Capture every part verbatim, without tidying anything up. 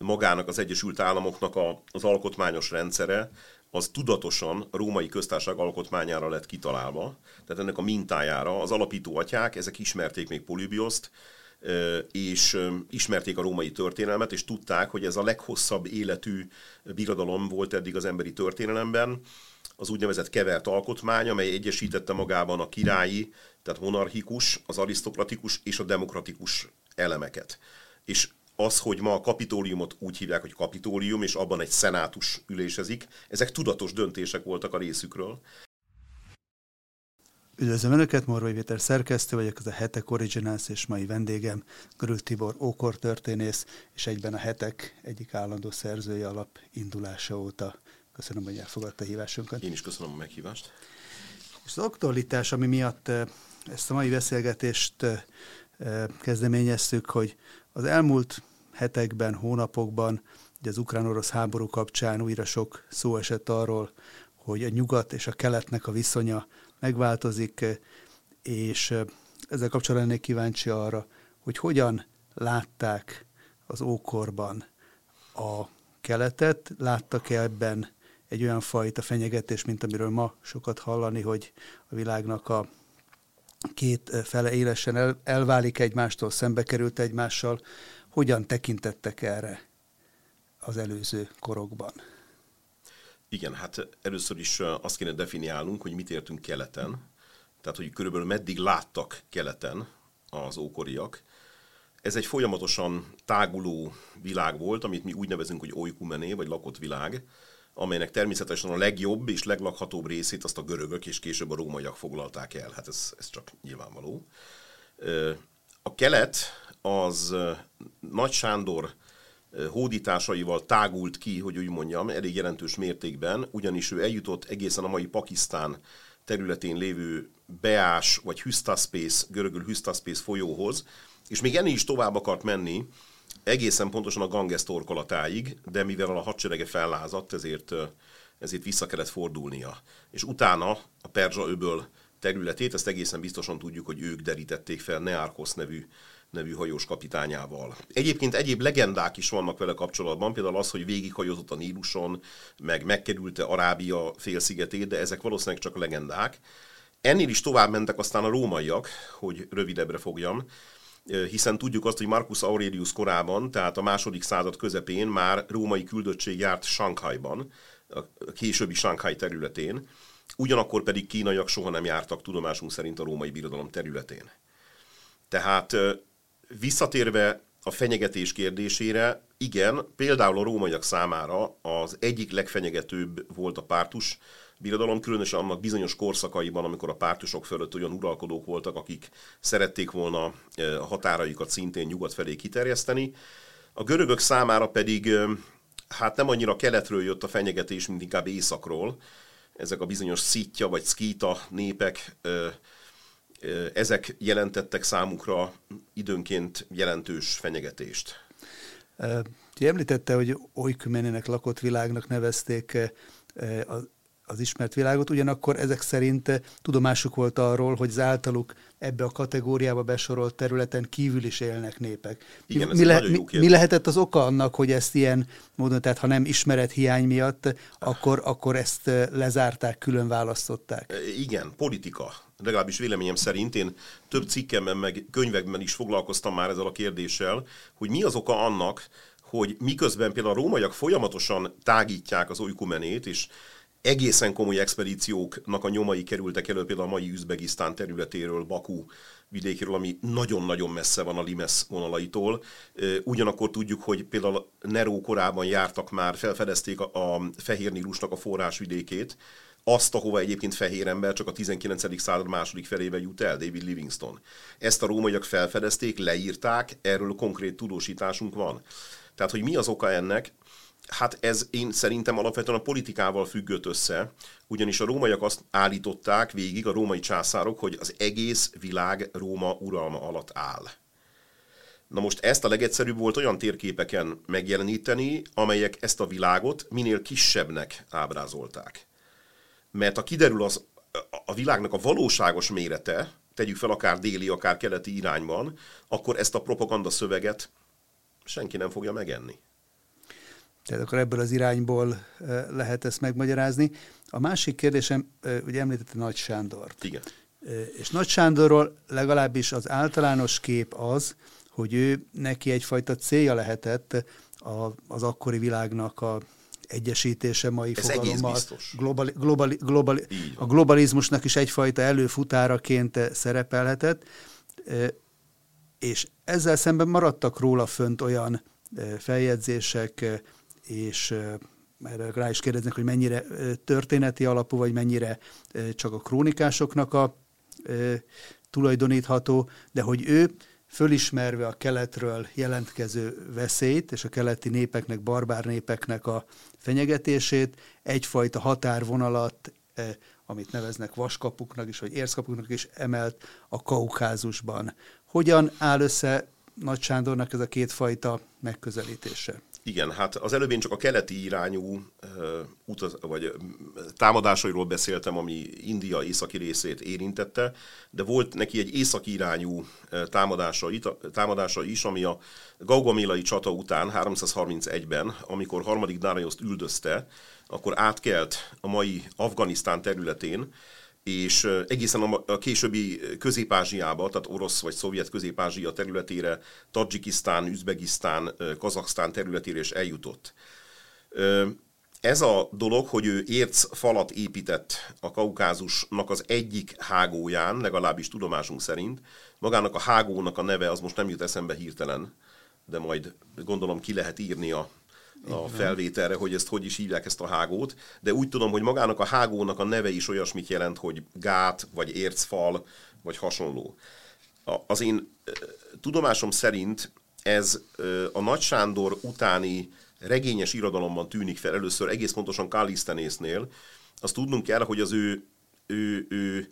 magának az Egyesült Államoknak a, az alkotmányos rendszere, az tudatosan a római köztársaság alkotmányára lett kitalálva, tehát ennek a mintájára az alapító atyák, ezek ismerték még Polybioszt, és ismerték a római történelmet, és tudták, hogy ez a leghosszabb életű birodalom volt eddig az emberi történelemben, az úgynevezett kevert alkotmány, amely egyesítette magában a királyi, tehát monarchikus, az arisztokratikus és a demokratikus elemeket. És az, hogy ma a kapitóliumot úgy hívják, hogy kapitólium, és abban egy szenátus ülésezik, ezek tudatos döntések voltak a részükről. Üdvözlöm Önöket, Morvai Péter szerkesztő vagyok, ez a Hetek Originals, és mai vendégem Görül Tibor ókortörténész, és egyben a Hetek egyik állandó szerzője alap indulása óta. Köszönöm, hogy elfogadta a hívásunkat. Én is köszönöm a meghívást. És az aktualitás, ami miatt ezt a mai beszélgetést kezdeményeztük, hogy az elmúlt hetekben, hónapokban, ugye az ukrán-orosz háború kapcsán újra sok szó esett arról, hogy a nyugat és a keletnek a viszonya megváltozik, és ezzel kapcsolatban lennék kíváncsi arra, hogy hogyan látták az ókorban a keletet, láttak-e ebben egy olyan fajta fenyegetés, mint amiről ma sokat hallani, hogy a világnak a két fele élesen el, elválik egymástól, szembe került egymással. Hogyan tekintettek erre az előző korokban? Igen, hát először is azt kéne definiálnunk, hogy mit értünk keleten. Tehát, hogy körülbelül meddig láttak keleten az ókoriak. Ez egy folyamatosan táguló világ volt, amit mi úgy nevezünk, hogy oikumené, vagy lakott világ, amelynek természetesen a legjobb és leglakhatóbb részét azt a görögök és később a rómaiak foglalták el. Hát ez, ez csak nyilvánvaló. A kelet az Nagy Sándor hódításaival tágult ki, hogy úgy mondjam, elég jelentős mértékben, ugyanis ő eljutott egészen a mai Pakisztán területén lévő Beás vagy Hüstaspész, görögül Hüstaspész folyóhoz, és még ennél is tovább akart menni, egészen pontosan a Ganges torkolatáig, de mivel a hadserege fellázadt, ezért, ezért vissza kellett fordulnia. És utána a Perzsa-öböl területét, ezt egészen biztosan tudjuk, hogy ők derítették fel Nearchos nevű, nevű hajós kapitányával. Egyébként egyéb legendák is vannak vele kapcsolatban, például az, hogy végighajózott a Níluson, meg megkerülte Arábia félszigetét, de ezek valószínűleg csak legendák. Ennél is tovább mentek aztán a rómaiak, hogy rövidebbre fogjam, hiszen tudjuk azt, hogy Marcus Aurelius korában, tehát a második század közepén már római küldöttség járt Sanghajban, a későbbi Sanghaj területén, ugyanakkor pedig kínaiak soha nem jártak tudomásunk szerint a római birodalom területén. Tehát visszatérve a fenyegetés kérdésére, igen, például a rómaiak számára az egyik legfenyegetőbb volt a pártus birodalom, különösen annak bizonyos korszakaiban, amikor a pártusok fölött olyan uralkodók voltak, akik szerették volna a határaikat szintén nyugat felé kiterjeszteni. A görögök számára pedig hát nem annyira keletről jött a fenyegetés, mint inkább északról. Ezek a bizonyos szitja vagy szkíta népek, ezek jelentettek számukra időnként jelentős fenyegetést. Ti említette, hogy oikumenének, lakott világnak nevezték az az ismert világot, ugyanakkor ezek szerint tudomásuk volt arról, hogy az általuk ebbe a kategóriába besorolt területen kívül is élnek népek. Igen, mi, le, mi, mi lehetett az oka annak, hogy ezt ilyen módon, tehát ha nem ismerethiány miatt, akkor, akkor ezt lezárták, külön választották? Igen, politika. Legalábbis véleményem szerint én több cikkemben, meg könyvekben is foglalkoztam már ezzel a kérdéssel, hogy mi az oka annak, hogy miközben például a rómaiak folyamatosan tágítják az oikumenét, és egészen komoly expedícióknak a nyomai kerültek elő, például a mai Üzbegisztán területéről, Baku vidékéről, ami nagyon-nagyon messze van a Limes vonalaitól. Ugyanakkor tudjuk, hogy például Neró korában jártak már, felfedezték a, a Fehér Nílusnak a forrásvidékét, azt, ahova egyébként fehér ember csak a tizenkilencedik század második felébe jut el, David Livingstone. Ezt a rómaiak felfedezték, leírták, erről konkrét tudósításunk van. Tehát, hogy mi az oka ennek? Hát ez én szerintem alapvetően a politikával függött össze, ugyanis a rómaiak azt állították végig, a római császárok, hogy az egész világ Róma uralma alatt áll. Na most ezt a legegyszerűbb volt olyan térképeken megjeleníteni, amelyek ezt a világot minél kisebbnek ábrázolták. Mert ha kiderül az, a világnak a valóságos mérete, tegyük fel akár déli, akár keleti irányban, akkor ezt a propaganda szöveget senki nem fogja megenni. Tehát akkor ebből az irányból lehet ezt megmagyarázni. A másik kérdésem, ugye említette Nagy Sándort. Igen. És Nagy Sándorról legalábbis az általános kép az, hogy ő neki egyfajta célja lehetett a, az akkori világnak a egyesítése mai ez fogalommal. Biztos. Globali, globali, globali, a globalizmusnak is egyfajta előfutáraként szerepelhetett, és ezzel szemben maradtak róla fönt olyan feljegyzések, és erre rá is kérdeznek, hogy mennyire történeti alapú, vagy mennyire csak a krónikásoknak a tulajdonítható, de hogy ő fölismerve a keletről jelentkező veszélyt, és a keleti népeknek, barbár népeknek a fenyegetését, egyfajta határvonalat, amit neveznek vaskapuknak is, vagy érszkapuknak is emelt a Kaukázusban. Hogyan áll össze Nagy Sándornak ez a kétfajta megközelítése? Igen, hát az előbb én csak a keleti irányú uh, utaz, vagy uh, támadásairól beszéltem, ami India északi részét érintette, de volt neki egy északi irányú uh, támadása, ita, támadása is, ami a Gaugamélai csata után háromszázharmincegyben, amikor harmadik Dáriuszt üldözte, akkor átkelt a mai Afganisztán területén, és egészen a későbbi Közép-Ázsiába, tehát orosz vagy szovjet Közép-Ázsia területére, Tadzsikisztán, Üzbegisztán, Kazaksztán területére is eljutott. Ez a dolog, hogy ő ércfalat épített a Kaukázusnak az egyik hágóján, legalábbis tudomásunk szerint, magának a hágónak a neve, az most nem jut eszembe hirtelen, de majd gondolom ki lehet írni a a felvételre, hogy ezt hogy is hívják ezt a hágót, de úgy tudom, hogy magának a hágónak a neve is olyasmit jelent, hogy gát, vagy ércfal, vagy hasonló. A, az én e, tudomásom szerint ez e, a Nagy Sándor utáni regényes irodalomban tűnik fel, először egész pontosan Kallisztenésznél. Azt tudnunk kell, hogy az ő, ő, ő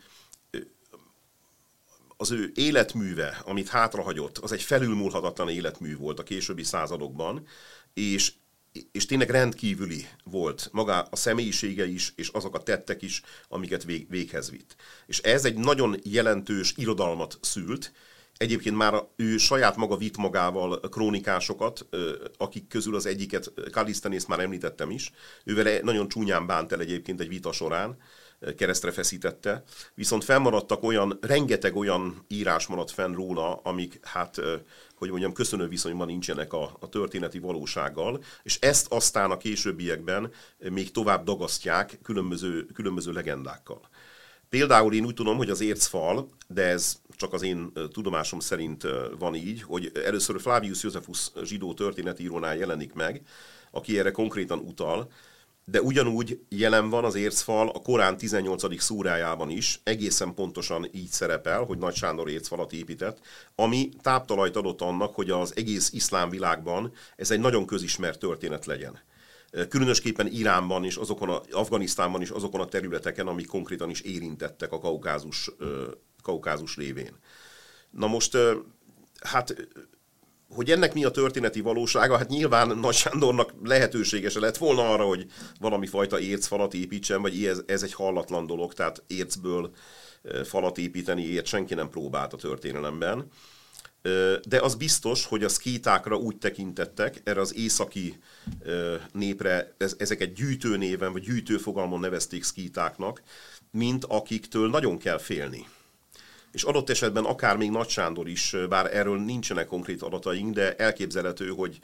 az ő életműve, amit hátrahagyott, az egy felülmúlhatatlan életmű volt a későbbi századokban, és és tényleg rendkívüli volt maga a személyisége is, és azok a tettek is, amiket vég, véghez vitt. És ez egy nagyon jelentős irodalmat szült. Egyébként már ő saját maga vitt magával krónikásokat, akik közül az egyiket, Kallisztenészt már említettem is. Ővel nagyon csúnyán bánt el egyébként egy vita során, keresztre feszítette, viszont fennmaradtak olyan, rengeteg olyan írás maradt fenn róla, amik, hát, hogy mondjam, köszönő viszonyban nincsenek a, a történeti valósággal, és ezt aztán a későbbiekben még tovább dagasztják különböző, különböző legendákkal. Például én úgy tudom, hogy az ércfal, de ez csak az én tudomásom szerint van így, hogy először Flavius Josephus zsidó történetírónál jelenik meg, aki erre konkrétan utal, de ugyanúgy jelen van az ércfal a Korán tizennyolcadik szúrájában is, egészen pontosan így szerepel, hogy Nagy Sándor ércfalat épített, ami táptalajt adott annak, hogy az egész iszlám világban ez egy nagyon közismert történet legyen. Különösképpen Iránban és azokon a, Afganisztánban is azokon a területeken, amik konkrétan is érintettek a Kaukázus, Kaukázus révén. Na most, hát... hogy ennek mi a történeti valósága, hát nyilván Nagy Sándornak lehetősége se lett volna arra, hogy valami fajta ércfalat építsen, vagy ez, ez egy hallatlan dolog, tehát ércből falat építeni, ilyet senki nem próbált a történelemben. De az biztos, hogy a szkítákra úgy tekintettek, erre az északi népre, ezeket gyűjtőnéven, vagy gyűjtőfogalmon nevezték szkítáknak, mint akiktől nagyon kell félni. És adott esetben akár még Nagy Sándor is, bár erről nincsenek konkrét adataink, de elképzelhető, hogy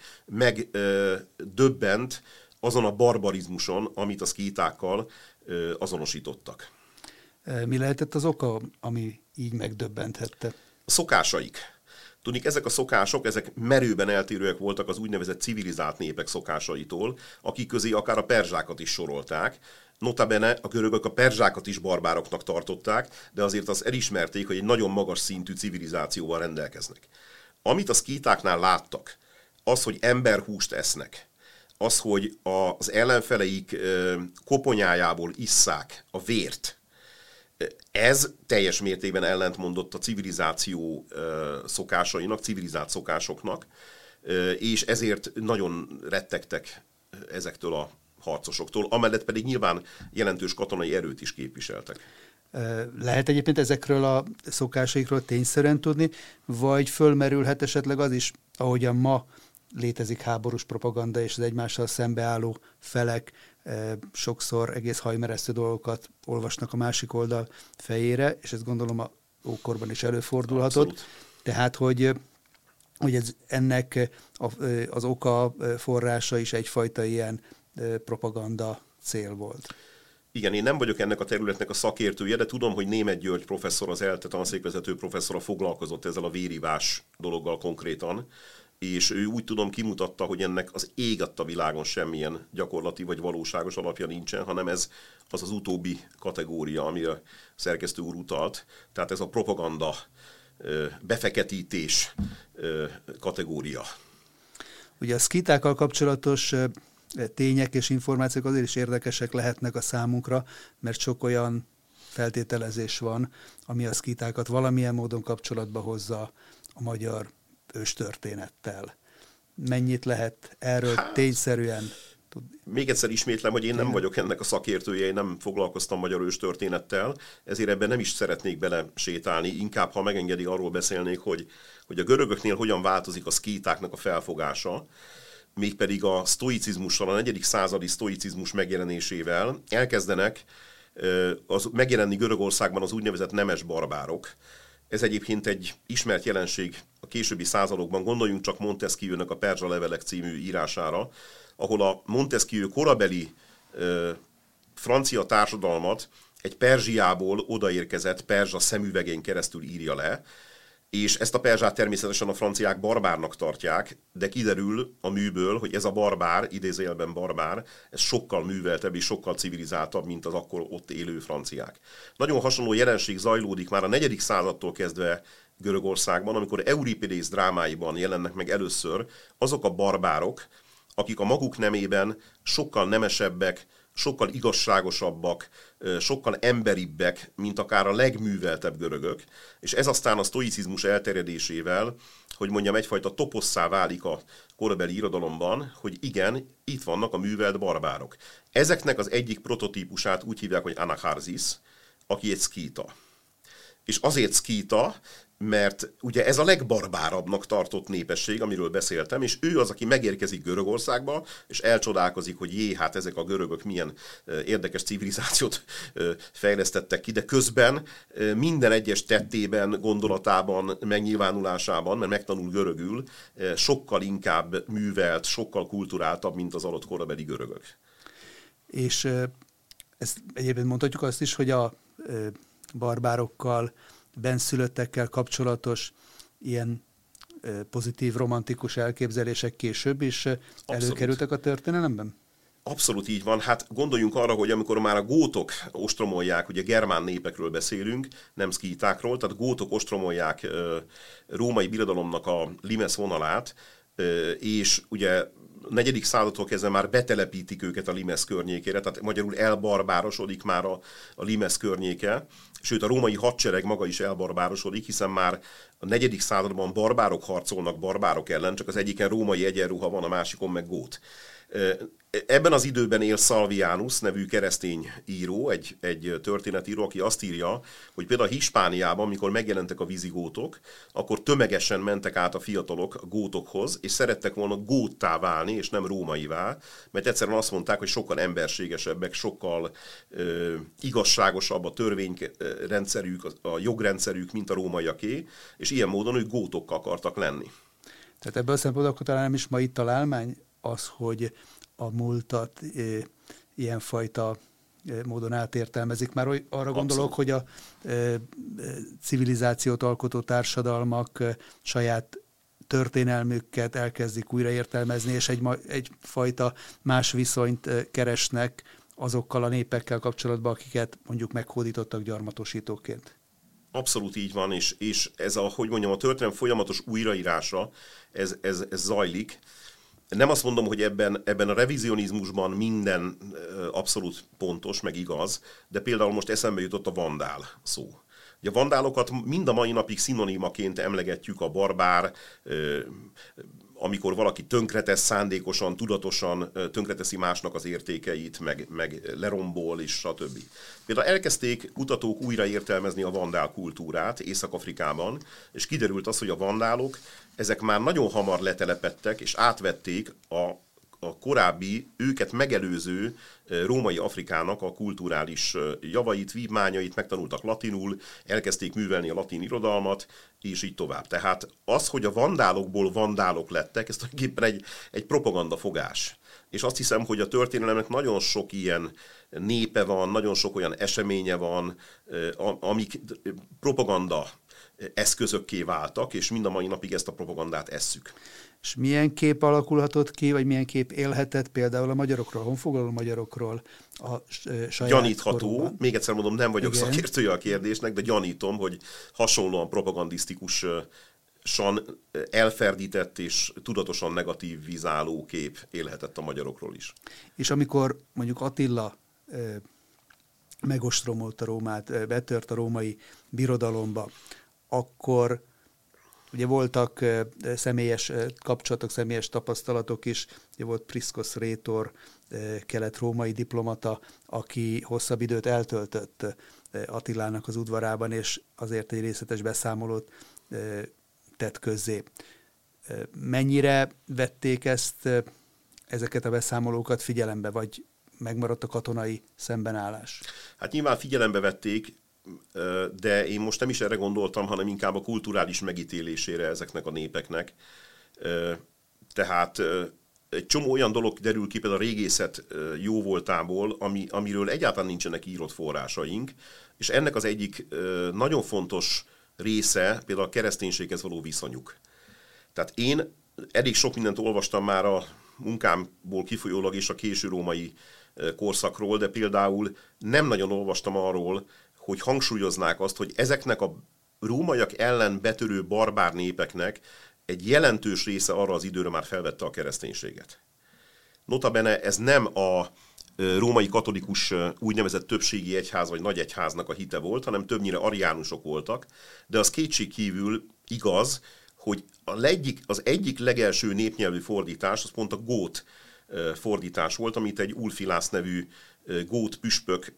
megdöbbent azon a barbarizmuson, amit a szkítákkal azonosítottak. Mi lehetett az oka, ami így megdöbbenthette? A szokásaik. Tudnik, ezek a szokások, ezek merőben eltérőek voltak az úgynevezett civilizált népek szokásaitól, akik közé akár a perzsákat is sorolták. Notabene a görögök a perzsákat is barbároknak tartották, de azért azt elismerték, hogy egy nagyon magas szintű civilizációval rendelkeznek. Amit a szkítáknál láttak, az, hogy emberhúst esznek, az, hogy az ellenfeleik koponyájából isszák a vért, ez teljes mértékben ellentmondott a civilizáció szokásainak, civilizált szokásoknak, és ezért nagyon rettegtek ezektől a harcosoktól, amellett pedig nyilván jelentős katonai erőt is képviseltek. Lehet egyébként ezekről a szokásaikról tényszerűen tudni, vagy fölmerülhet esetleg az is, ahogyan ma létezik háborús propaganda, és az egymással szembeálló felek sokszor egész hajmeresztő dolgokat olvasnak a másik oldal fejére, és ezt gondolom a ókorban is előfordulhatott. Abszolút. Tehát, hogy, hogy ez, ennek az oka, forrása is egyfajta ilyen propaganda cél volt. Igen, én nem vagyok ennek a területnek a szakértője, de tudom, hogy Németh György professzor, az ELTE tanszékvezető professzora foglalkozott ezzel a vérivás dologgal konkrétan, és ő úgy tudom kimutatta, hogy ennek az ég adta világon semmilyen gyakorlati vagy valóságos alapja nincsen, hanem ez az az utóbbi kategória, ami a szerkesztő úr utalt. Tehát ez a propaganda, befeketítés kategória. Ugye a szkítákkal kapcsolatos tények és információk azért is érdekesek lehetnek a számunkra, mert sok olyan feltételezés van, ami a szkítákat valamilyen módon kapcsolatba hozza a magyar őstörténettel. Mennyit lehet erről hát, tényszerűen tudni? Még egyszer ismétlem, hogy én nem vagyok ennek a szakértője, én nem foglalkoztam magyar őstörténettel, ezért ebben nem is szeretnék bele sétálni, inkább, ha megengedi, arról beszélnék, hogy, hogy a görögöknél hogyan változik a szkítáknak a felfogása, mégpedig a sztoicizmussal, a negyedik századi sztoicizmus megjelenésével elkezdenek az, megjelenni Görögországban az úgynevezett nemes barbárok. Ez egyébként egy ismert jelenség a későbbi századokban, gondoljunk csak Montesquieu-nek a Perzsa levelek című írására, ahol a Montesquieu korabeli ö, francia társadalmat egy Perzsiából odaérkezett perzsa szemüvegén keresztül írja le, és ezt a perzsát természetesen a franciák barbárnak tartják, de kiderül a műből, hogy ez a barbár, idézőjelben barbár, ez sokkal műveltebb és sokkal civilizáltabb, mint az akkor ott élő franciák. Nagyon hasonló jelenség zajlódik már a negyedik századtól kezdve Görögországban, amikor Euripidész drámáiban jelennek meg először azok a barbárok, akik a maguk nemében sokkal nemesebbek, sokkal igazságosabbak, sokkal emberibbek, mint akár a legműveltebb görögök, és ez aztán a sztoicizmus elterjedésével, hogy mondjam, egyfajta toposszá válik a korabeli irodalomban, hogy igen, itt vannak a művelt barbárok. Ezeknek az egyik prototípusát úgy hívják, hogy Anacharsis, aki egy szkíta. És azért szkíta, mert ugye ez a legbarbárabbnak tartott népesség, amiről beszéltem, és ő az, aki megérkezik Görögországba, és elcsodálkozik, hogy jé, hát ezek a görögök milyen érdekes civilizációt fejlesztettek ki, de közben minden egyes tettében, gondolatában, megnyilvánulásában, mert megtanul görögül, sokkal inkább művelt, sokkal kulturáltabb, mint az adott korabeli görögök. És ezt egyébként mondhatjuk azt is, hogy a barbárokkal, benszülöttekkel kapcsolatos ilyen pozitív, romantikus elképzelések később is Abszolút. Előkerültek a történelemben? Abszolút így van. Hát gondoljunk arra, hogy amikor már a gótok ostromolják, ugye germán népekről beszélünk, nem szkítákról, tehát gótok ostromolják római birodalomnak a limes vonalát, és ugye a negyedik századtól kezdve már betelepítik őket a limes környékére, tehát magyarul elbarbárosodik már a, a limes környéke, sőt a római hadsereg maga is elbarbárosodik, hiszen már a negyedik században barbárok harcolnak barbárok ellen, csak az egyiken római egyenruha van, a másikon meg gót. Ebben az időben él Salvianus nevű keresztény író, egy, egy történetíró, aki azt írja, hogy például Hispániában, mikor megjelentek a vizigótok, akkor tömegesen mentek át a fiatalok a gótokhoz, és szerettek volna góttá válni, és nem rómaivá, mert egyszerűen azt mondták, hogy sokkal emberségesebbek, sokkal ö, igazságosabb a törvényrendszerük, a jogrendszerük, mint a rómaiaké, és ilyen módon ők gótokkal akartak lenni. Tehát ebből a szempontból akkor talán nem is mai találmány az, hogy a múltat e, ilyenfajta e, módon átértelmezik. Már arra Abszolút. Gondolok, hogy a e, civilizációt alkotó társadalmak e, saját történelmüket elkezdik újraértelmezni, és egy, egyfajta más viszonyt e, keresnek azokkal a népekkel kapcsolatban, akiket mondjuk meghódítottak gyarmatosítóként. Abszolút így van, és, és ez a, hogy mondjam, a történelem folyamatos újraírása, ez, ez, ez zajlik. Nem azt mondom, hogy ebben, ebben a revizionizmusban minden abszolút pontos, meg igaz, de például most eszembe jutott a vandál szó. A vandálokat mind a mai napig szinonimaként emlegetjük, a barbár, amikor valaki tönkretesz szándékosan, tudatosan tönkreteszi másnak az értékeit, meg, meg lerombol, és stb. Például elkezdték kutatók újra értelmezni a vandál kultúrát Észak-Afrikában, és kiderült az, hogy a vandálok, ezek már nagyon hamar letelepedtek, és átvették a a korábbi, őket megelőző római Afrikának a kulturális javait, vívmányait, megtanultak latinul, elkezdték művelni a latin irodalmat, és így tovább. Tehát az, hogy a vandálokból vandálok lettek, ez tulajdonképpen egy, egy propagandafogás. És azt hiszem, hogy a történelemnek nagyon sok ilyen népe van, nagyon sok olyan eseménye van, amik propaganda eszközökké váltak, és mind a mai napig ezt a propagandát esszük. És milyen kép alakulhatott ki, vagy milyen kép élhetett például a magyarokról, a honfoglaló magyarokról a saját Gyanítható, korukban? Még egyszer mondom, nem vagyok Igen. szakértője a kérdésnek, de gyanítom, hogy hasonlóan propagandisztikusan elferdített és tudatosan negatív vizáló kép élhetett a magyarokról is. És amikor mondjuk Attila megostromolta Rómát, betört a római birodalomba, akkor ugye voltak személyes kapcsolatok, személyes tapasztalatok is. Ugye volt Priszkosz rétor, kelet-római diplomata, aki hosszabb időt eltöltött Attilának az udvarában, és azért egy részletes beszámolót tett közzé. Mennyire vették ezt, ezeket a beszámolókat figyelembe, vagy megmaradt a katonai szembenállás? Hát nyilván figyelembe vették, de én most nem is erre gondoltam, hanem inkább a kulturális megítélésére ezeknek a népeknek. Tehát egy csomó olyan dolog derül ki például a régészet jóvoltából, ami, amiről egyáltalán nincsenek írott forrásaink, és ennek az egyik nagyon fontos része például a kereszténységhez való viszonyuk. Tehát én elég sok mindent olvastam már a munkámból kifolyólag és a késő római korszakról, de például nem nagyon olvastam arról, hogy hangsúlyoznák azt, hogy ezeknek a rómaiak ellen betörő barbár népeknek egy jelentős része arra az időre már felvette a kereszténységet. Notabene ez nem a római katolikus úgynevezett többségi egyház vagy nagyegyháznak a hite volt, hanem többnyire ariánusok voltak, de az kétségkívül igaz, hogy a egyik, az egyik legelső népnyelvű fordítás az pont a gót fordítás volt, amit egy Ulfilász nevű gót püspök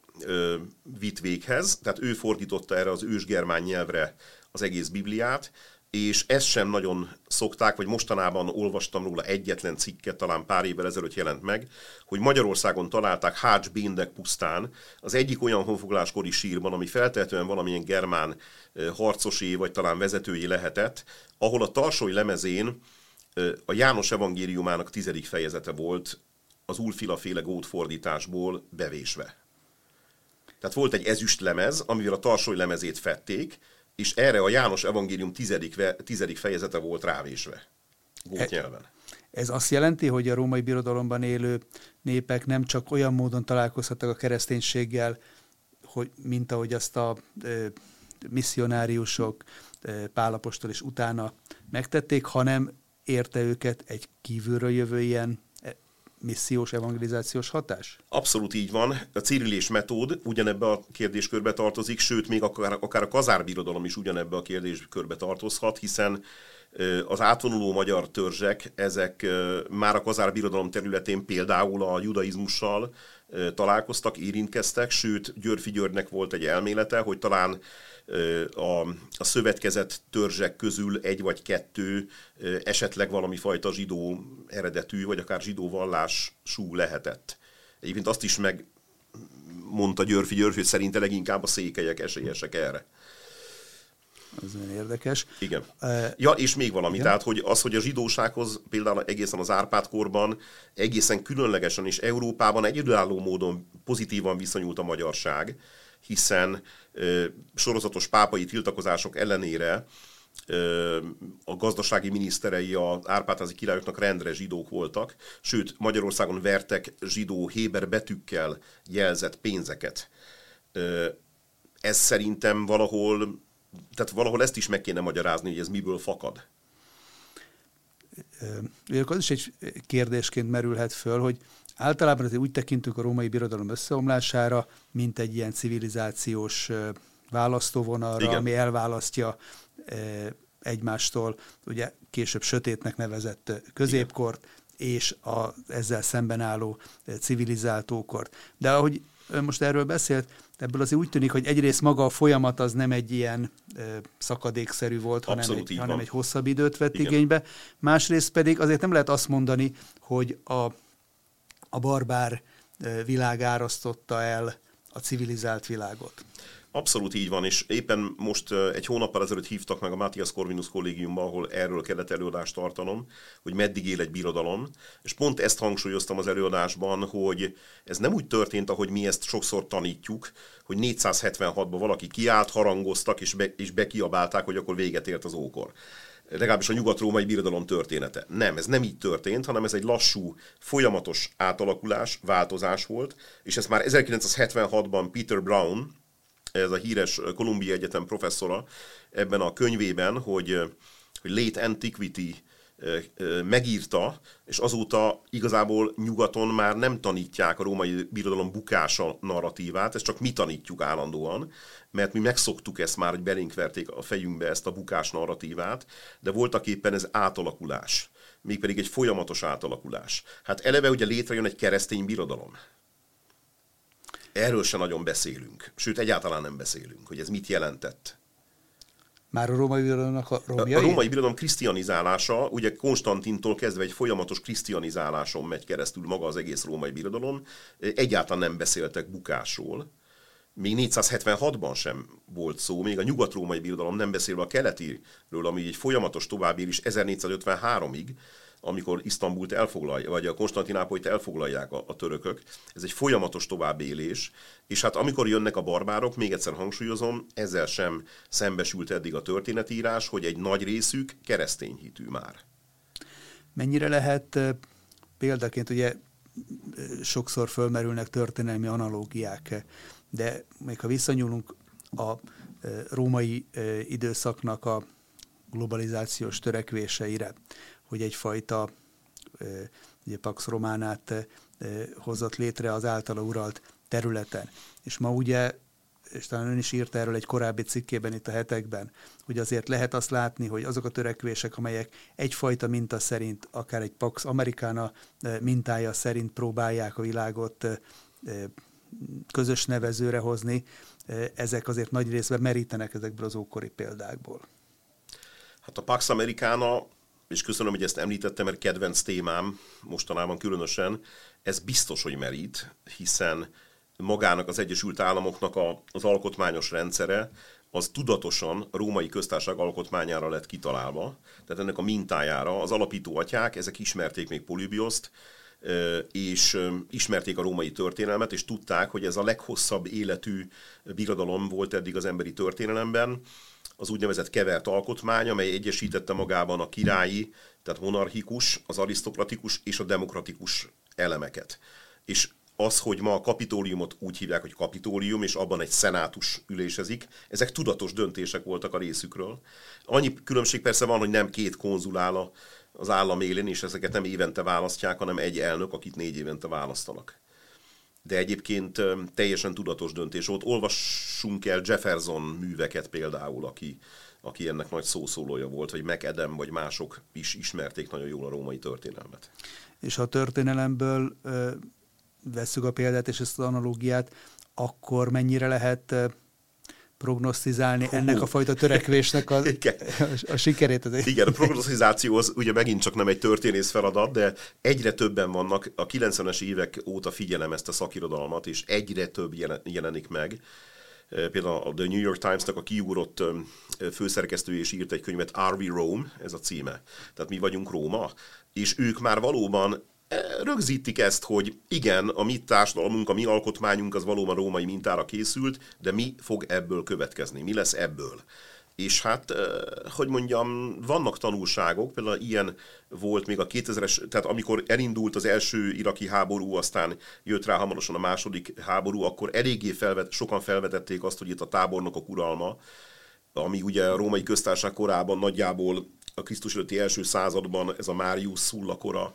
vitt véghez, tehát ő fordította erre az ősgermán nyelvre az egész Bibliát, és ezt sem nagyon szokták, vagy mostanában olvastam róla egyetlen cikket, talán pár évvel ezelőtt jelent meg, hogy Magyarországon találták Hács-Béndek pusztán az egyik olyan honfoglaláskori sírban, ami feltehetően valamilyen germán harcosé, vagy talán vezetői lehetett, ahol a Tarsoly lemezén a János evangéliumának tizedik fejezete volt az Ulfila-féle gót fordításból bevésve. Tehát volt egy ezüst lemez, amivel a Tarsoly lemezét fedték, és erre a János evangélium tizedik, tizedik fejezete volt rávésve gót nyelven. Ez azt jelenti, hogy a római birodalomban élő népek nem csak olyan módon találkozhattak a kereszténységgel, hogy, mint ahogy azt a e, misszionáriusok, e, Pál apostol is utána megtették, hanem érte őket egy kívülről jövő ilyen missziós, evangelizációs hatás? Abszolút így van. A cirillés metód ugyanebbe a kérdéskörbe tartozik, sőt, még akár, akár a kazárbirodalom is ugyanebbe a kérdéskörbe tartozhat, hiszen az átvonuló magyar törzsek, ezek már a kazárbirodalom területén például a judaizmussal találkoztak, érintkeztek, sőt, Györffy Györgynek volt egy elmélete, hogy talán a, a szövetkezett törzsek közül egy vagy kettő esetleg valami fajta zsidó eredetű, vagy akár zsidó vallású lehetett. Egyébként azt is megmondta Györffy György, hogy szerinte leginkább a székelyek esélyesek erre. Ez nagyon érdekes. Igen. Ja, és még valami, Igen. tehát hogy az, hogy a zsidósághoz például egészen az Árpád-korban egészen különlegesen és Európában egyedülálló módon pozitívan viszonyult a magyarság, hiszen ö, sorozatos pápai tiltakozások ellenére ö, a gazdasági miniszterei az árpádházi királyoknak rendre zsidók voltak, sőt Magyarországon vertek zsidó héber betűkkel jelzett pénzeket. Ö, ez szerintem valahol, tehát valahol ezt is meg kéne magyarázni, hogy ez miből fakad. Ö, az is egy kérdésként merülhet föl, hogy általában azért úgy tekintünk a római birodalom összeomlására, mint egy ilyen civilizációs választóvonalra, ami elválasztja egymástól, ugye később sötétnek nevezett középkort, igen, és a ezzel szemben álló civilizált ókort. De ahogy ön most erről beszélt, ebből azért úgy tűnik, hogy egyrészt maga a folyamat az nem egy ilyen e, szakadékszerű volt, hanem egy, hanem egy hosszabb időt vett igen. igénybe. Másrészt pedig azért nem lehet azt mondani, hogy a, a barbár világ árasztotta el a civilizált világot. Abszolút így van, és éppen most egy hónappal ezelőtt hívtak meg a Matthias Corvinus kollégiumba, ahol erről kellett előadást tartanom, hogy meddig él egy birodalom, és pont ezt hangsúlyoztam az előadásban, hogy ez nem úgy történt, ahogy mi ezt sokszor tanítjuk, hogy négyszázhetvenhatban valaki kiállt, harangoztak, és, be, és bekiabálták, hogy akkor véget ért az ókor. Legalábbis a nyugat-római birodalom története. Nem, ez nem így történt, hanem ez egy lassú, folyamatos átalakulás, változás volt, és ezt már ezerkilencszázhetvenhatban Peter Brown, ez a híres Columbia Egyetem professzora ebben a könyvében, hogy, hogy Late Antiquity megírta, és azóta igazából nyugaton már nem tanítják a római birodalom bukása narratívát, ezt csak mi tanítjuk állandóan, mert mi megszoktuk ezt már, hogy belénk verték a fejünkbe ezt a bukás narratívát, de voltak éppen ez átalakulás, mégpedig egy folyamatos átalakulás. Hát eleve ugye létrejön egy keresztény birodalom. Erről se nagyon beszélünk, sőt egyáltalán nem beszélünk, hogy ez mit jelentett. Már a római birodalomnak a romjai? A római birodalom krisztianizálása, ugye Konstantintól kezdve egy folyamatos krisztianizáláson megy keresztül maga az egész római birodalom, egyáltalán nem beszéltek bukásról. Még négyszázhetvenhatban sem volt szó, még a nyugat-római birodalom, nem beszélve a keletiről, ami egy folyamatos továbbélés ezernégyszázötvenháromig, amikor Isztambult elfoglalja, vagy a Konstantinápolyt elfoglalják a, a törökök. Ez egy folyamatos továbbélés, és hát amikor jönnek a barbárok, még egyszer hangsúlyozom, ezzel sem szembesült eddig a történetírás, hogy egy nagy részük keresztény hitű már. Mennyire lehet példaként, ugye sokszor fölmerülnek történelmi analógiák, de még ha visszanyúlunk a római időszaknak a globalizációs törekvéseire, hogy egyfajta ugye, Pax Románát hozott létre az általa uralt területen. És ma ugye, és talán ön is írta erről egy korábbi cikkében itt a hetekben, hogy azért lehet azt látni, hogy azok a törekvések, amelyek egyfajta minta szerint, akár egy Pax Americana mintája szerint próbálják a világot közös nevezőre hozni, ezek azért nagy részben merítenek ezekből az ókori példákból. Hát a Pax Americana, és köszönöm, hogy ezt említettem, mert kedvenc témám mostanában különösen, ez biztos, hogy merít, hiszen magának az Egyesült Államoknak a, az alkotmányos rendszere, az tudatosan a római köztársaság alkotmányára lett kitalálva, tehát ennek a mintájára az alapító atyák, ezek ismerték még Polybioszt, és ismerték a római történelmet, és tudták, hogy ez a leghosszabb életű birodalom volt eddig az emberi történelemben, az úgynevezett kevert alkotmány, amely egyesítette magában a királyi, tehát monarchikus, az arisztokratikus és a demokratikus elemeket. És az, hogy ma a kapitóliumot úgy hívják, hogy kapitólium, és abban egy szenátus ülésezik, ezek tudatos döntések voltak a részükről. Annyi különbség persze van, hogy nem két konzul áll az állam élén, és ezeket nem évente választják, hanem egy elnök, akit négy évente választanak. De egyébként teljesen tudatos döntés volt. Olvassunk el Jefferson műveket például, aki, aki ennek nagy szószólója volt, vagy McAdam, vagy mások is ismerték nagyon jól a római történelmet. És ha a történelemből ö, vesszük a példát és ezt az analógiát, akkor mennyire lehet ö, prognosztizálni Hú. ennek a fajta törekvésnek a, a, a sikerét? Igen, a prognosztizáció az ugye megint csak nem egy történész feladat, de egyre többen vannak, a kilencvenes évek óta figyelem ezt a szakirodalmat, és egyre több jelenik meg. Például a The New York Times-nak a kiugrott főszerkesztője is írt egy könyvet, Are We Rome? Ez a címe. Tehát mi vagyunk Róma, és ők már valóban rögzítik ezt, hogy igen, a mi társadalmunk, a mi alkotmányunk az valóban római mintára készült, de mi fog ebből következni? Mi lesz ebből? És hát, hogy mondjam, vannak tanulságok, például ilyen volt még a kétezres, tehát amikor elindult az első iraki háború, aztán jött rá hamarosan a második háború, akkor eléggé felvet, sokan felvetették azt, hogy itt a tábornokok uralma, ami ugye a római köztársaság korában nagyjából a Krisztus előtti első században ez a Marius Sulla kora,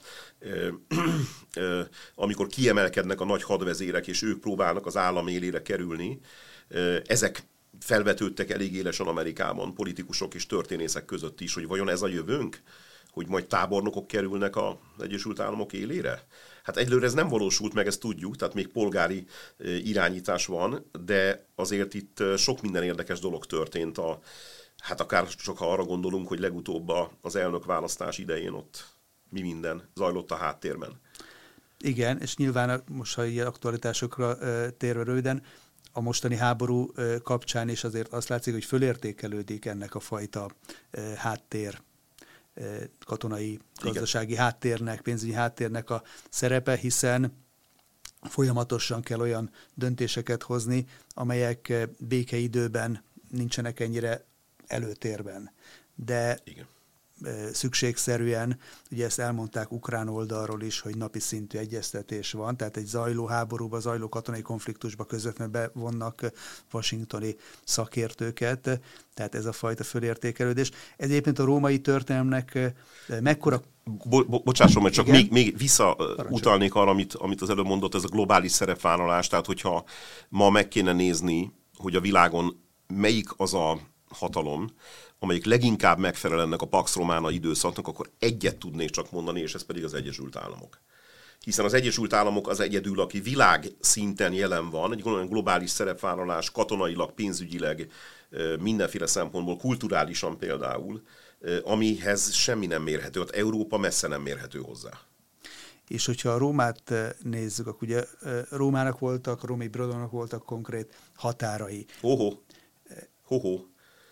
amikor kiemelkednek a nagy hadvezérek, és ők próbálnak az állam élére kerülni, ezek felvetődtek elég élesen Amerikában, politikusok és történészek között is, hogy vajon ez a jövőnk? Hogy majd tábornokok kerülnek az Egyesült Államok élére? Hát egyelőre ez nem valósult meg, ezt tudjuk, tehát még polgári irányítás van, de azért itt sok minden érdekes dolog történt, a, hát akár csak ha arra gondolunk, hogy legutóbb az elnökválasztás idején ott mi minden zajlott a háttérben. Igen, és nyilván most, ha ilyen aktualitásokra térve röviden, a mostani háború kapcsán is azért azt látszik, hogy fölértékelődik ennek a fajta háttér, katonai, gazdasági Igen. háttérnek, pénzügyi háttérnek a szerepe, hiszen folyamatosan kell olyan döntéseket hozni, amelyek békeidőben nincsenek ennyire előtérben. De Igen. szükségszerűen, ugye ezt elmondták ukrán oldalról is, hogy napi szintű egyeztetés van, tehát egy zajló háborúba, zajló katonai konfliktusba közvetlenül bevonnak washingtoni szakértőket, tehát ez a fajta fölértékelődés. Ez egyébként a római történelemnek mekkora... Bo- bo- bocsásson, mert csak Igen? még, még visszautalnék arra, amit, amit az előbb mondott, ez a globális szerepvállalás, tehát hogyha ma meg kéne nézni, hogy a világon melyik az a hatalom, amelyik leginkább megfelel ennek a Pax Romana időszaknak, akkor egyet tudnék csak mondani, és ez pedig az Egyesült Államok. Hiszen az Egyesült Államok az egyedül, aki világ szinten jelen van, egy globális szerepvállalás, katonailag, pénzügyileg, mindenféle szempontból, kulturálisan például, amihez semmi nem mérhető, ott Európa messze nem mérhető hozzá. És hogyha a Rómát nézzük, akkor ugye Rómának voltak, a római birodalomnak voltak konkrét határai. Hoho, hoho.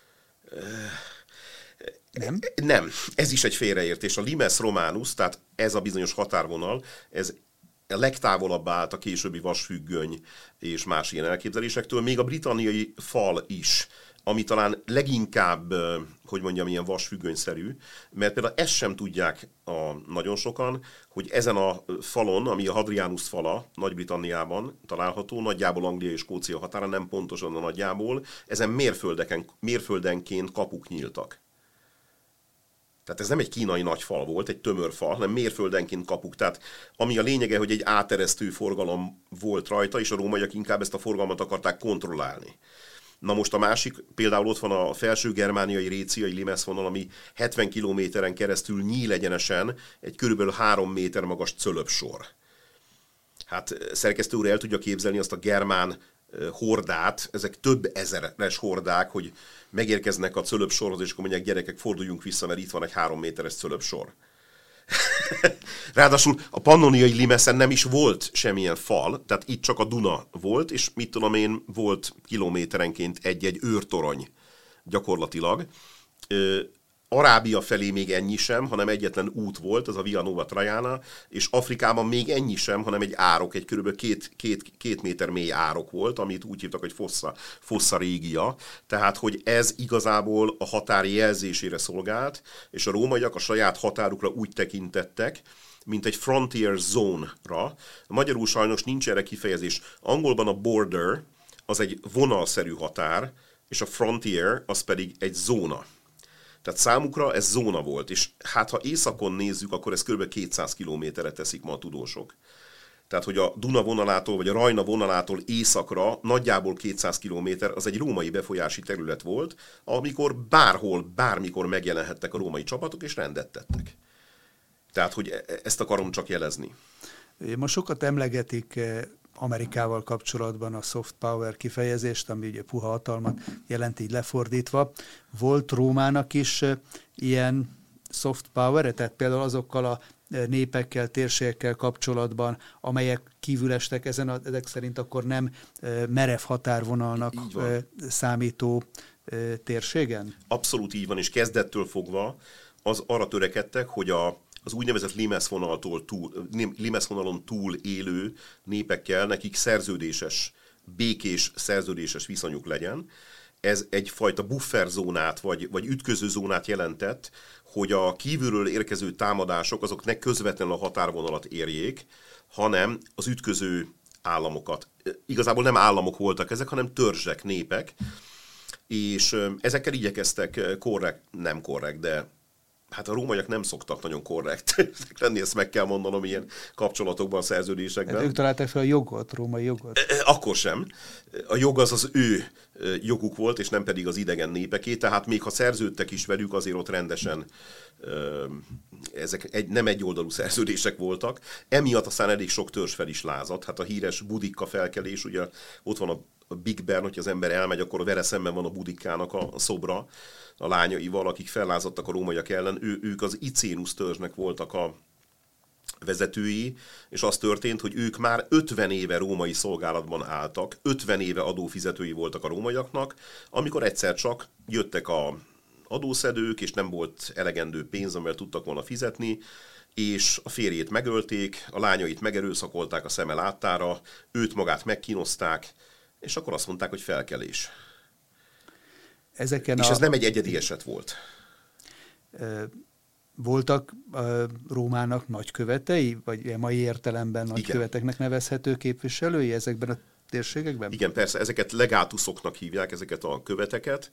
Nem? Nem, ez is egy félreértés. A limes romanus, tehát ez a bizonyos határvonal, ez a legtávolabb állt a későbbi vasfüggöny és más ilyen elképzelésektől, még a britanniai fal is, ami talán leginkább, hogy mondjam, ilyen vasfüggönyszerű, mert például ezt sem tudják a nagyon sokan, hogy ezen a falon, ami a Hadrianus fala Nagy-Britanniában található, nagyjából Anglia és Skócia határa, nem pontosan a nagyjából, ezen mérföldeken, mérföldenként kapuk nyíltak. Tehát ez nem egy kínai nagy fal volt, egy tömör fal, hanem mérföldenként kapuk. Tehát ami a lényege, hogy egy áteresztő forgalom volt rajta, és a rómaiak inkább ezt a forgalmat akarták kontrollálni. Na most a másik, például ott van a felső-germániai réciai limes vonal, ami hetven kilométeren keresztül nyílegyenesen egy körülbelül három méter magas cölöpsor. Hát szerkesztő úr el tudja képzelni azt a germán hordát, ezek több ezeres hordák, hogy megérkeznek a cölöpsorhoz, és akkor mondják, gyerekek, forduljunk vissza, mert itt van egy három méteres cölöpsor. Ráadásul a pannoniai limeszen nem is volt semmilyen fal, tehát itt csak a Duna volt, és mit tudom én, volt kilométerenként egy-egy őrtorony gyakorlatilag. Arábia felé még ennyi sem, hanem egyetlen út volt, az a Via Nova Traiana, és Afrikában még ennyi sem, hanem egy árok, egy körülbelül két, két, két méter mély árok volt, amit úgy hívtak, hogy Fossa, Fossa Regia. Tehát, hogy ez igazából a határ jelzésére szolgált, és a rómaiak a saját határukra úgy tekintettek, mint egy frontier zone-ra. Magyarul sajnos nincs erre kifejezés. Angolban a border az egy vonalszerű határ, és a frontier az pedig egy zóna. Tehát számukra ez zóna volt, és hát ha északon nézzük, akkor ez kb. kétszáz kilométerre teszik ma a tudósok. Tehát, hogy a Duna vonalától, vagy a Rajna vonalától északra nagyjából kétszáz kilométer, az egy római befolyási terület volt, amikor bárhol, bármikor megjelenhettek a római csapatok, és rendet tettek. Tehát, hogy ezt akarom csak jelezni. Most sokat emlegetik Amerikával kapcsolatban a soft power kifejezést, ami ugye puha hatalmat jelent így lefordítva. Volt Rómának is ilyen soft power, tehát például azokkal a népekkel, térségekkel kapcsolatban, amelyek kívül estek ezen, a, ezek szerint akkor nem merev határvonalnak számító térségen? Abszolút így van, és kezdettől fogva az arra törekedtek, hogy a az úgynevezett limes vonaltól túl, limes vonalon túl élő népekkel nekik szerződéses, békés szerződéses viszonyuk legyen. Ez egyfajta bufferzónát, vagy, vagy ütközőzónát jelentett, hogy a kívülről érkező támadások azok ne közvetlenül a határvonalat érjék, hanem az ütköző államokat. Igazából nem államok voltak ezek, hanem törzsek, népek, és ezekkel igyekeztek korrekt, nem korrekt, de Hát a rómaiak nem szoktak nagyon korrekt lenni, ezt meg kell mondanom ilyen kapcsolatokban, szerződésekben. Hát ők találták fel a jogot, római jogot. Akkor sem. A jog az az ő joguk volt, és nem pedig az idegen népeké, tehát még ha szerződtek is velük, azért ott rendesen ezek egy, nem egyoldalú szerződések voltak. Emiatt aztán elég sok törzs fel is lázadt. Hát a híres Boudica felkelés, ugye ott van a a Big Ben, hogyha az ember elmegy, akkor vele szemben van a Boudicának a, a szobra, a lányaival, akik fellázadtak a rómaiak ellen. Ő, ők az Icénusz törzsnek voltak a vezetői, és az történt, hogy ők már ötven éve római szolgálatban álltak, ötven éve adófizetői voltak a rómaiaknak, amikor egyszer csak jöttek a adószedők, és nem volt elegendő pénz, amivel tudtak volna fizetni, és a férjét megölték, a lányait megerőszakolták a szeme láttára, őt magát megkínozták, és akkor azt mondták, hogy felkelés. Ezeken és a... ez nem egy egyedi eset volt. Voltak Rómának nagykövetei, vagy ilyen mai értelemben nagyköveteknek nevezhető képviselői ezekben a térségekben? Igen, persze, ezeket legátuszoknak hívják, ezeket a követeket.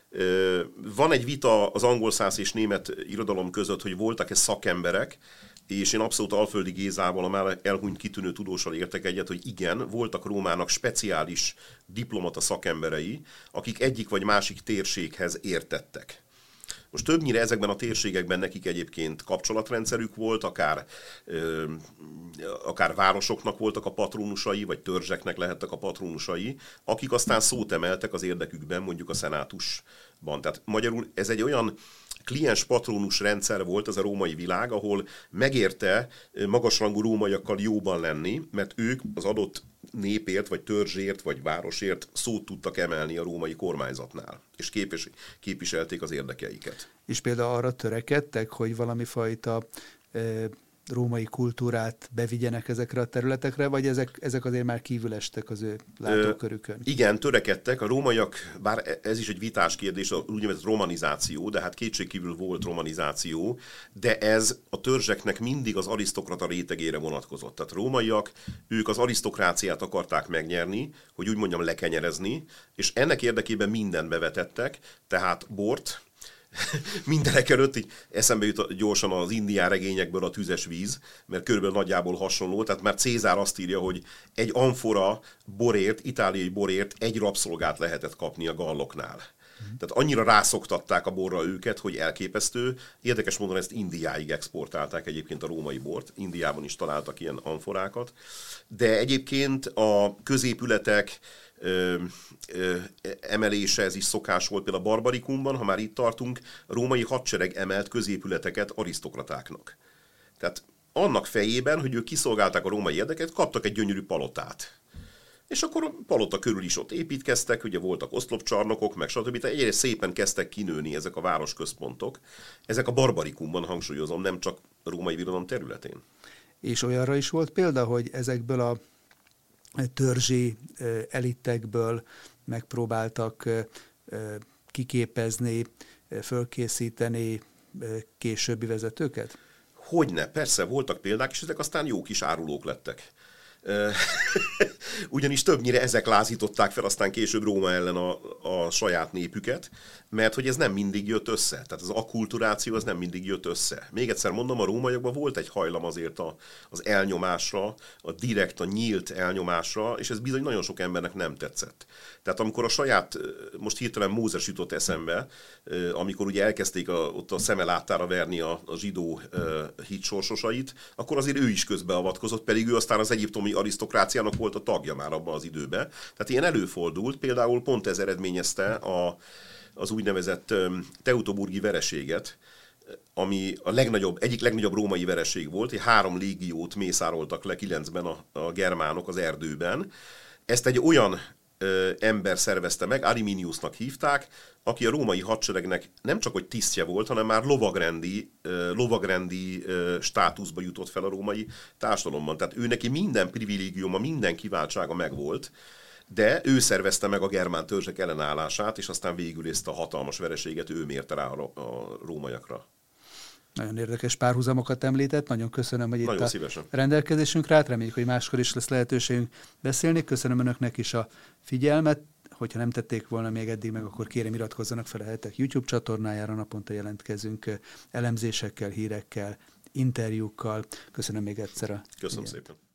Van egy vita az angolszász és német irodalom között, hogy voltak-e szakemberek, és én abszolút Alföldi Gézával, a már elhunyt kitűnő tudóssal értek egyet, hogy igen, voltak Rómának speciális diplomata szakemberei, akik egyik vagy másik térséghez értettek. Most többnyire ezekben a térségekben nekik egyébként kapcsolatrendszerük volt, akár, ö, akár városoknak voltak a patrónusai, vagy törzseknek lehettek a patrónusai, akik aztán szót emeltek az érdekükben, mondjuk a szenátusban. Tehát magyarul ez egy olyan kliens-patrónus rendszer volt ez a római világ, ahol megérte magasrangú rómaiakkal jóban lenni, mert ők az adott népért, vagy törzsért, vagy városért szót tudtak emelni a római kormányzatnál, és képes, képviselték az érdekeiket. És például arra törekedtek, hogy valami fajta e, római kultúrát bevigyenek ezekre a területekre, vagy ezek, ezek azért már kívül estek az ő látókörükön? Ö, igen, törekedtek. A rómaiak, bár ez is egy vitás kérdés, a úgynevezett romanizáció, de hát kétségkívül volt romanizáció, de ez a törzseknek mindig az arisztokrata rétegére vonatkozott. Tehát rómaiak, ők az arisztokráciát akarták megnyerni, hogy úgy mondjam lekenyerezni, és ennek érdekében mindent bevetettek, tehát bort, mindenek előtt így eszembe jut gyorsan az indián regényekből a tüzes víz, mert körülbelül nagyjából hasonló, tehát már Cézár azt írja, hogy egy amfora borért, itáliai borért egy rabszolgát lehetett kapni a galloknál. Mm. Tehát annyira rászoktatták a borra őket, hogy elképesztő. Érdekes módon ezt Indiáig exportálták egyébként a római bort. Indiában is találtak ilyen amforákat. De egyébként a középületek Ö, ö, emelése, ez is szokás volt például a Barbarikumban, ha már itt tartunk, a római hadsereg emelt középületeket arisztokratáknak. Tehát annak fejében, hogy ők kiszolgálták a római érdeket, kaptak egy gyönyörű palotát. És akkor a palota körül is ott építkeztek, ugye voltak oszlopcsarnokok, meg stb. Tehát egyre szépen kezdtek kinőni ezek a városközpontok. Ezek a Barbarikumban, hangsúlyozom, nem csak a római birodalom területén. És olyanra is volt példa, hogy ezekből a törzsi elitekből megpróbáltak kiképezni, fölkészíteni későbbi vezetőket? Hogyne, persze voltak példák, és ezek aztán jó kis árulók lettek. Ugyanis többnyire ezek lázították fel aztán később Róma ellen a, a saját népüket, mert hogy ez nem mindig jött össze. Tehát az akkulturáció az nem mindig jött össze. Még egyszer mondom, a rómaiakban volt egy hajlam azért a, az elnyomásra, a direkt, a nyílt elnyomásra, és ez bizony nagyon sok embernek nem tetszett. Tehát amikor a saját, most hirtelen Mózes jutott eszembe, amikor ugye elkezdték a, ott a szeme láttára verni a, a zsidó hitsorsosait, akkor azért ő is közbeavatkozott, pedig ő aztán az egyiptomi arisztokráciának volt a tagja már abban az időben. Tehát ilyen előfordult, például pont ez eredményezte a, az úgynevezett teutoburgi vereséget, ami a legnagyobb, egyik legnagyobb római vereség volt, hogy három légiót mészároltak le kilencben a, a germánok az erdőben. Ezt egy olyan ö, ember szervezte meg, Ariminiusnak hívták, aki a római hadseregnek nem csak hogy tisztje volt, hanem már lovagrendi, ö, lovagrendi ö, státuszba jutott fel a római társadalomban. Tehát ő neki minden privilégiuma, minden kiváltsága megvolt, de ő szervezte meg a germán törzsek ellenállását, és aztán végül ezt a hatalmas vereséget ő mérte rá a, a rómaiakra. Nagyon érdekes párhuzamokat említett, nagyon köszönöm, hogy nagyon itt szívesen. a rendelkezésünkre állt, reméljük, hogy máskor is lesz lehetőségünk beszélni. Köszönöm önöknek is a figyelmet, hogyha nem tették volna még eddig meg, akkor kérem iratkozzanak fel a Hetek YouTube csatornájára, naponta jelentkezünk elemzésekkel, hírekkel, interjúkkal. Köszönöm még egyszer a Köszönöm ilyet. szépen.